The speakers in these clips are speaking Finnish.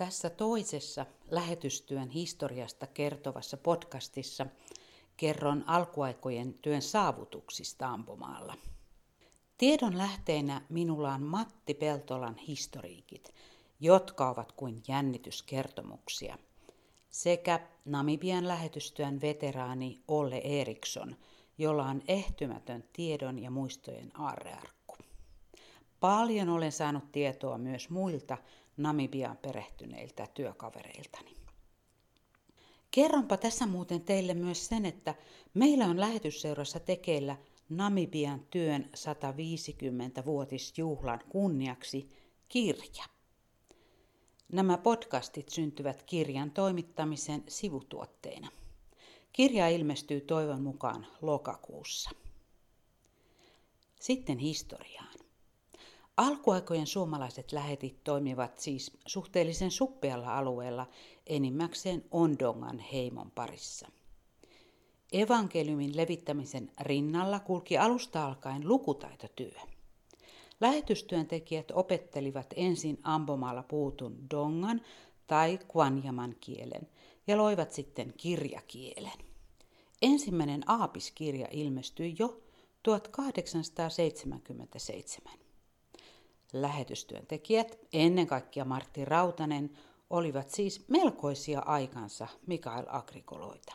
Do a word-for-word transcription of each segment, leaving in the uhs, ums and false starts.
Tässä toisessa lähetystyön historiasta kertovassa podcastissa kerron alkuaikojen työn saavutuksista ampumaalla. Tiedon lähteenä minulla on Matti Peltolan historiikit, jotka ovat kuin jännityskertomuksia, sekä Namibian lähetystyön veteraani Olle Eriksson, jolla on ehtymätön tiedon ja muistojen aarrearkku. Paljon olen saanut tietoa myös muilta Namibiaan perehtyneiltä työkavereiltani. Kerronpa tässä muuten teille myös sen, että meillä on lähetysseurassa tekeillä Namibian työn sataviisikymmenvuotisjuhlan kunniaksi kirja. Nämä podcastit syntyvät kirjan toimittamisen sivutuotteina. Kirja ilmestyy toivon mukaan lokakuussa. Sitten historiaan. Alkuaikojen suomalaiset lähetit toimivat siis suhteellisen suppealla alueella enimmäkseen Ondongan heimon parissa. Evankeliumin levittämisen rinnalla kulki alusta alkaen lukutaitotyö. Lähetystyöntekijät opettelivat ensin ambomaalla puhutun dongan tai kwanjaman kielen ja loivat sitten kirjakielen. Ensimmäinen aapiskirja ilmestyi jo tuhatkahdeksansataaseitsemänkymmentäseitsemän. Lähetystyöntekijät, ennen kaikkea Martti Rautanen, olivat siis melkoisia aikansa Mikael Agricoloita.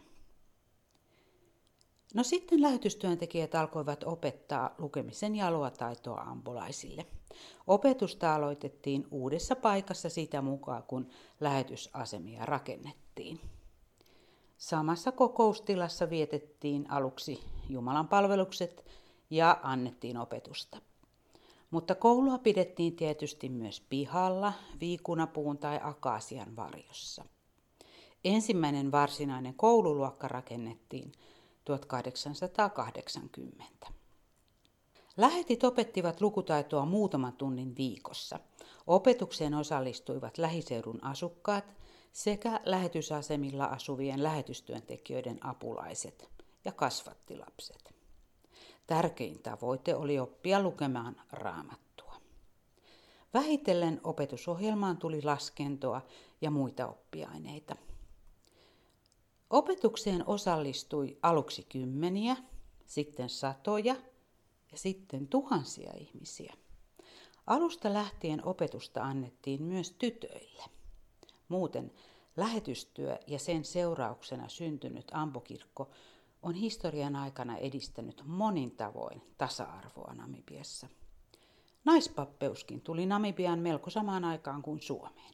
No sitten lähetystyöntekijät alkoivat opettaa lukemisen ja luotaitoa ambolaisille. Opetusta aloitettiin uudessa paikassa sitä mukaan, kun lähetysasemia rakennettiin. Samassa kokoustilassa vietettiin aluksi Jumalan palvelukset ja annettiin opetusta. Mutta koulua pidettiin tietysti myös pihalla, viikunapuun tai akaasian varjossa. Ensimmäinen varsinainen koululuokka rakennettiin tuhatkahdeksansataakahdeksankymmentä. Lähetit opettivat lukutaitoa muutaman tunnin viikossa. Opetukseen osallistuivat lähiseudun asukkaat sekä lähetysasemilla asuvien lähetystyöntekijöiden apulaiset ja kasvattilapset. Tärkein tavoite oli oppia lukemaan raamattua. Vähitellen opetusohjelmaan tuli laskentoa ja muita oppiaineita. Opetukseen osallistui aluksi kymmeniä, sitten satoja ja sitten tuhansia ihmisiä. Alusta lähtien opetusta annettiin myös tytöille. Muuten lähetystyö ja sen seurauksena syntynyt ambokirkko on historian aikana edistänyt monin tavoin tasa-arvoa Namibiassa. Naispappeuskin tuli Namibiaan melko samaan aikaan kuin Suomeen.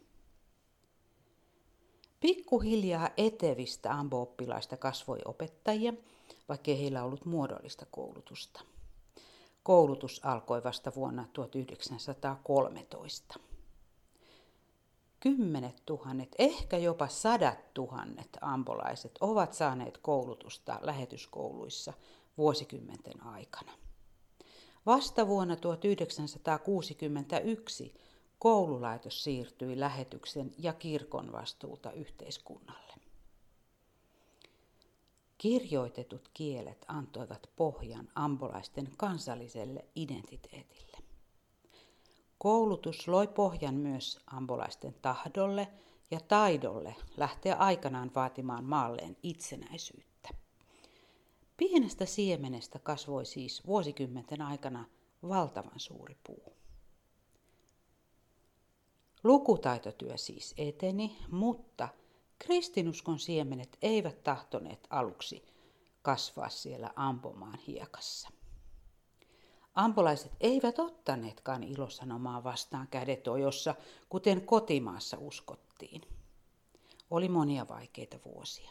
Pikkuhiljaa etevistä ambo-oppilaista kasvoi opettajia, vaikkei heillä ollut muodollista koulutusta. Koulutus alkoi vasta vuonna tuhatyhdeksänsataakolmetoista. Kymmenet tuhannet, ehkä jopa sadat tuhannet ambolaiset ovat saaneet koulutusta lähetyskouluissa vuosikymmenten aikana. Vasta vuonna tuhatyhdeksänsataakuusikymmentäyksi koululaitos siirtyi lähetyksen ja kirkon vastuulta yhteiskunnalle. Kirjoitetut kielet antoivat pohjan ambolaisten kansalliselle identiteetille. Koulutus loi pohjan myös ambolaisten tahdolle ja taidolle lähteä aikanaan vaatimaan maalleen itsenäisyyttä. Pienestä siemenestä kasvoi siis vuosikymmenten aikana valtavan suuri puu. Lukutaitotyö siis eteni, mutta kristinuskon siemenet eivät tahtoneet aluksi kasvaa siellä ampomaan hiekassa. Ambolaiset eivät ottaneetkaan ilosanomaa vastaan kädet ojossa, kuten kotimaassa uskottiin. Oli monia vaikeita vuosia.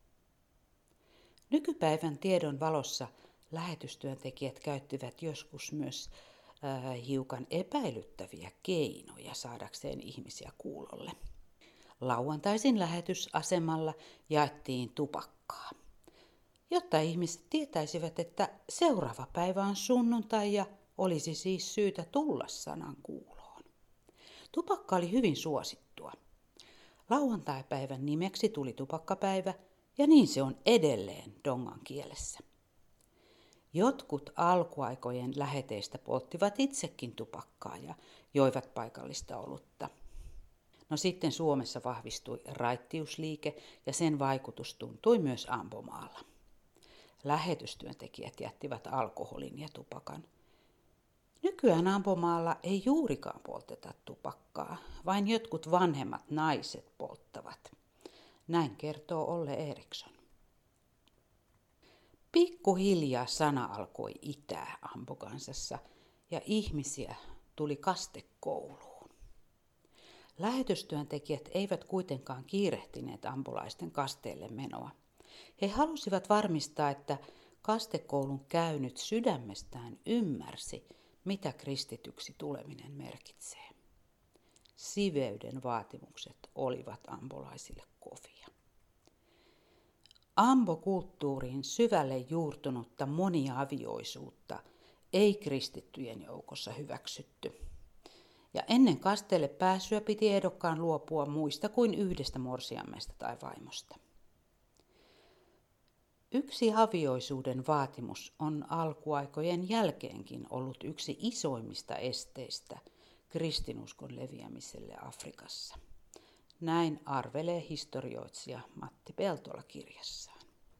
Nykypäivän tiedon valossa lähetystyöntekijät käyttivät joskus myös äh, hiukan epäilyttäviä keinoja saadakseen ihmisiä kuulolle. Lauantaisin lähetysasemalla jaettiin tupakkaa, jotta ihmiset tietäisivät, että seuraava päivä on sunnuntai ja olisi siis syytä tulla sanan kuuloon. Tupakka oli hyvin suosittua. Lauantaipäivän nimeksi tuli tupakkapäivä ja niin se on edelleen dongan kielessä. Jotkut alkuaikojen läheteistä polttivat itsekin tupakkaa ja joivat paikallista olutta. No sitten Suomessa vahvistui raittiusliike ja sen vaikutus tuntui myös Ambomaalla. Lähetystyöntekijät jättivät alkoholin ja tupakan. Nykyään Ambomaalla ei juurikaan polteta tupakkaa, vain jotkut vanhemmat naiset polttavat. Näin kertoo Olle Eriksson. Pikkuhiljaa sana alkoi itää Ambokansassa ja ihmisiä tuli kastekouluun. Lähetystyöntekijät eivät kuitenkaan kiirehtineet ambolaisten kasteelle menoa. He halusivat varmistaa, että kastekoulun käynyt sydämestään ymmärsi, mitä kristityksi tuleminen merkitsee. Siveyden vaatimukset olivat ambolaisille kovia. Ambokulttuuriin syvälle juurtunutta moniavioisuutta ei kristittyjen joukossa hyväksytty. Ja ennen kasteelle pääsyä piti ehdokkaan luopua muista kuin yhdestä morsiammesta tai vaimosta. Yksi avioisuuden vaatimus on alkuaikojen jälkeenkin ollut yksi isoimmista esteistä kristinuskon leviämiselle Afrikassa. Näin arvelee historioitsija Matti Peltola kirjassaan.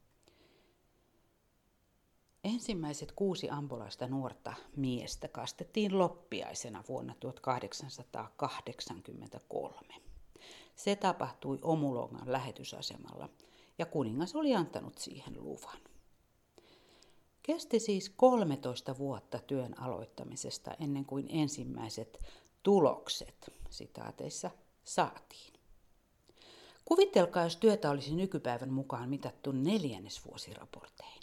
Ensimmäiset kuusi ambolaista nuorta miestä kastettiin loppiaisena vuonna tuhatkahdeksansataakahdeksankymmentäkolme. Se tapahtui Omulongan lähetysasemalla ja kuningas oli antanut siihen luvan. Kesti siis kolmetoista vuotta työn aloittamisesta ennen kuin ensimmäiset tulokset sitaateissa saatiin. Kuvitelkaa, jos työtä olisi nykypäivän mukaan mitattu neljännesvuosiraportein.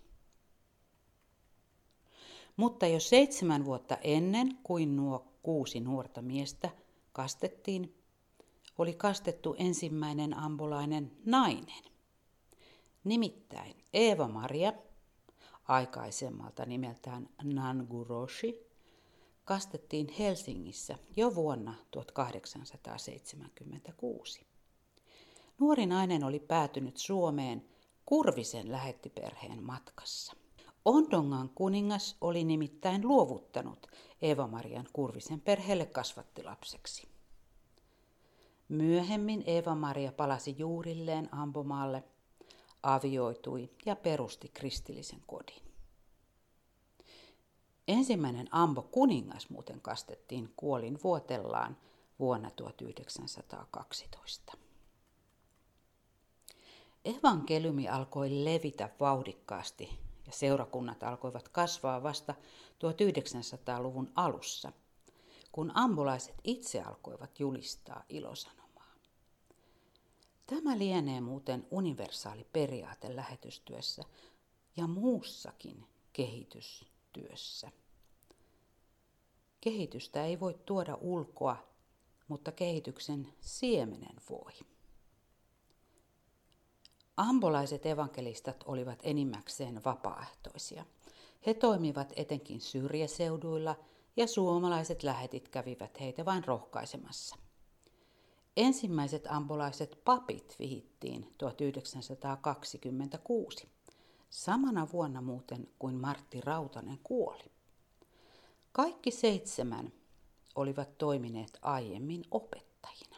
Mutta jo seitsemän vuotta ennen kuin nuo kuusi nuorta miestä kastettiin, oli kastettu ensimmäinen ambolainen nainen. Nimittäin Eeva-Maria, aikaisemmalta nimeltään Nanguroshi, kastettiin Helsingissä jo vuonna tuhatkahdeksansataaseitsemänkymmentäkuusi. Nuori nainen oli päätynyt Suomeen Kurvisen lähettiperheen matkassa. Ondongan kuningas oli nimittäin luovuttanut Eeva-Marian Kurvisen perheelle kasvattilapseksi. Myöhemmin Eeva-Maria palasi juurilleen Ambomaalle, avioitui ja perusti kristillisen kodin. Ensimmäinen Ambo-kuningas muuten kastettiin kuolinvuotellaan vuonna tuhatyhdeksänsataakaksitoista. Evankeliumi alkoi levitä vauhdikkaasti ja seurakunnat alkoivat kasvaa vasta tuhatyhdeksänsataaluvun alussa, kun ambolaiset itse alkoivat julistaa ilosanomaa. Tämä lienee muuten universaali periaate lähetystyössä ja muussakin kehitystyössä. Kehitystä ei voi tuoda ulkoa, mutta kehityksen siemenen voi. Ambolaiset evankelistat olivat enimmäkseen vapaaehtoisia. He toimivat etenkin syrjäseuduilla ja suomalaiset lähetit kävivät heitä vain rohkaisemassa. Ensimmäiset ambolaiset papit vihittiin tuhatyhdeksänsataakaksikymmentäkuusi, samana vuonna muuten kuin Martti Rautanen kuoli. Kaikki seitsemän olivat toimineet aiemmin opettajina.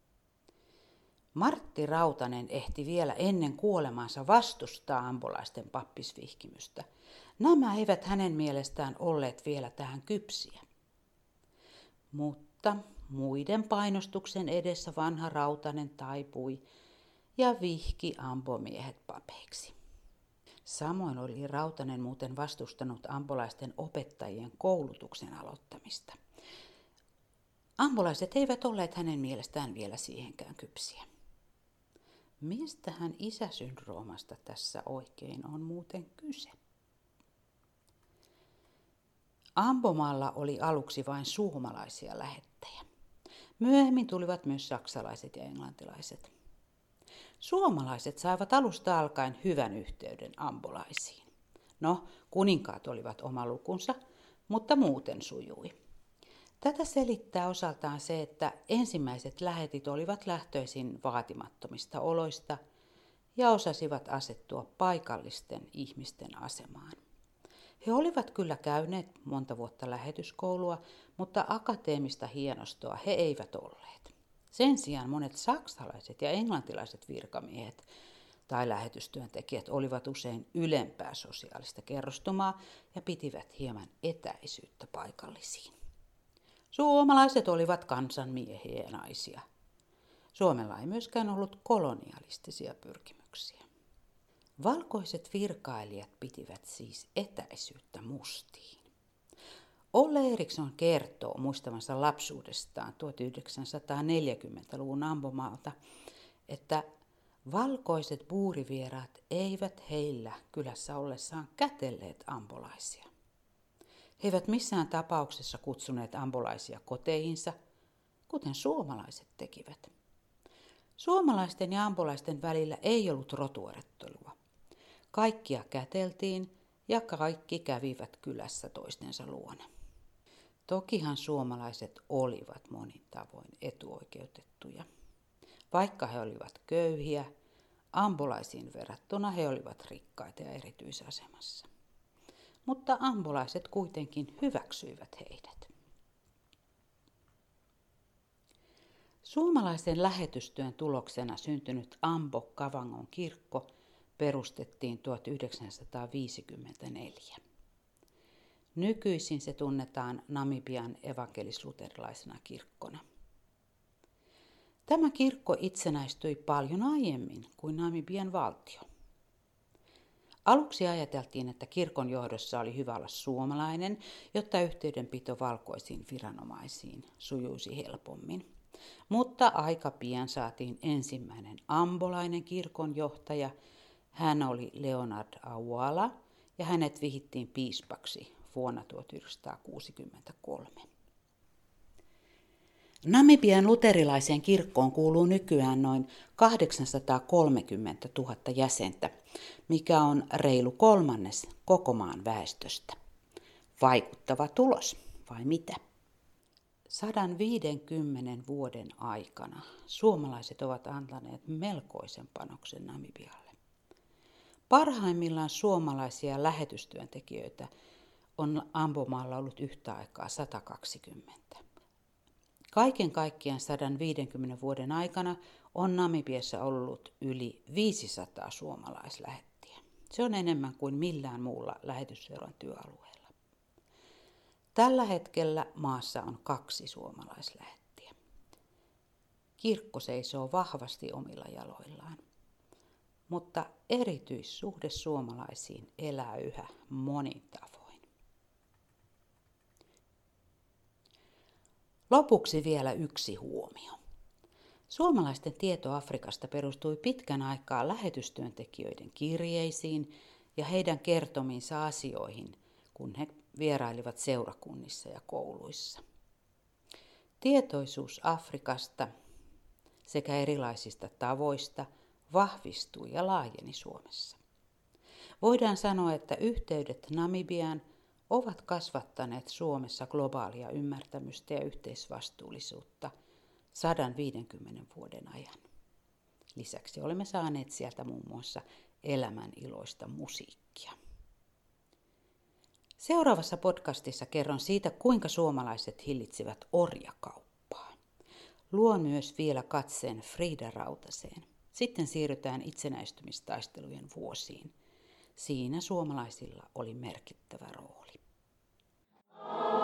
Martti Rautanen ehti vielä ennen kuolemaansa vastustaa ambolaisten pappisvihkimystä. Nämä eivät hänen mielestään olleet vielä tähän kypsiä. Mutta muiden painostuksen edessä vanha Rautanen taipui ja vihki ambomiehet papeiksi. Samoin oli Rautanen muuten vastustanut ambolaisten opettajien koulutuksen aloittamista. Ambolaiset eivät olleet hänen mielestään vielä siihenkään kypsiä. Mistähän isäsyndroomasta tässä oikein on muuten kyse? Ambomaalla oli aluksi vain suomalaisia lähettejä. Myöhemmin tulivat myös saksalaiset ja englantilaiset. Suomalaiset saivat alusta alkaen hyvän yhteyden ambolaisiin. No, kuninkaat olivat oma lukunsa, mutta muuten sujui. Tätä selittää osaltaan se, että ensimmäiset lähetit olivat lähtöisin vaatimattomista oloista ja osasivat asettua paikallisten ihmisten asemaan. He olivat kyllä käyneet monta vuotta lähetyskoulua, mutta akateemista hienostoa he eivät olleet. Sen sijaan monet saksalaiset ja englantilaiset virkamiehet tai lähetystyöntekijät olivat usein ylempää sosiaalista kerrostumaa ja pitivät hieman etäisyyttä paikallisiin. Suomalaiset olivat kansanmiehiä ja naisia. Suomella ei myöskään ollut kolonialistisia pyrkimyksiä. Valkoiset virkailijat pitivät siis etäisyyttä mustiin. Olle Eriksson kertoo muistavansa lapsuudestaan tuhatyhdeksänsataaneljäkymmentäluvun ampumaalta, että valkoiset buurivieraat eivät heillä kylässä ollessaan kätelleet ambolaisia. He eivät missään tapauksessa kutsuneet ambolaisia koteihinsa, kuten suomalaiset tekivät. Suomalaisten ja ambolaisten välillä ei ollut rotuerottelua. Kaikkia käteltiin ja kaikki kävivät kylässä toistensa luona. Tokihan suomalaiset olivat monin tavoin etuoikeutettuja. Vaikka he olivat köyhiä, ambolaisiin verrattuna he olivat rikkaita ja erityisasemassa. Mutta ambolaiset kuitenkin hyväksyivät heidät. Suomalaisen lähetystyön tuloksena syntynyt Ambo Kavangon kirkko perustettiin tuhatyhdeksänsataaviisikymmentäneljä. Nykyisin se tunnetaan Namibian evankelis-luterilaisena kirkkona. Tämä kirkko itsenäistyi paljon aiemmin kuin Namibian valtio. Aluksi ajateltiin, että kirkon johdossa oli hyvä olla suomalainen, jotta yhteydenpito valkoisiin viranomaisiin sujuisi helpommin. Mutta aika pian saatiin ensimmäinen ambolainen kirkonjohtaja. Hän oli Leonard Awala ja hänet vihittiin piispaksi vuonna tuhatyhdeksänsataakuusikymmentäkolme. Namibian luterilaiseen kirkkoon kuuluu nykyään noin kahdeksansataakolmekymmentätuhatta jäsentä, mikä on reilu kolmannes koko maan väestöstä. Vaikuttava tulos, vai mitä? sata viisikymmentä vuoden aikana suomalaiset ovat antaneet melkoisen panoksen Namibialle. Parhaimmillaan suomalaisia lähetystyöntekijöitä on Ambomaalla ollut yhtä aikaa sata kaksikymmentä. Kaiken kaikkiaan sata viisikymmentä vuoden aikana on Namibiassa ollut yli viisisataa suomalaislähettiä. Se on enemmän kuin millään muulla lähetysseuran työalueella. Tällä hetkellä maassa on kaksi suomalaislähettiä. Kirkko seisoo vahvasti omilla jaloillaan, mutta erityissuhde suomalaisiin elää yhä monin tavoin. Lopuksi vielä yksi huomio. Suomalaisten tieto Afrikasta perustui pitkän aikaa lähetystyöntekijöiden kirjeisiin ja heidän kertomiinsa asioihin, kun he vierailivat seurakunnissa ja kouluissa. Tietoisuus Afrikasta sekä erilaisista tavoista vahvistui ja laajeni Suomessa. Voidaan sanoa, että yhteydet Namibiaan ovat kasvattaneet Suomessa globaalia ymmärtämystä ja yhteisvastuullisuutta sata viisikymmentä vuoden ajan. Lisäksi olemme saaneet sieltä muun muassa elämän iloista musiikkia. Seuraavassa podcastissa kerron siitä, kuinka suomalaiset hillitsivät orjakauppaa. Luon myös vielä katseen Frida Rautaseen. Sitten siirrytään itsenäistymistaistelujen vuosiin. Siinä suomalaisilla oli merkittävä rooli.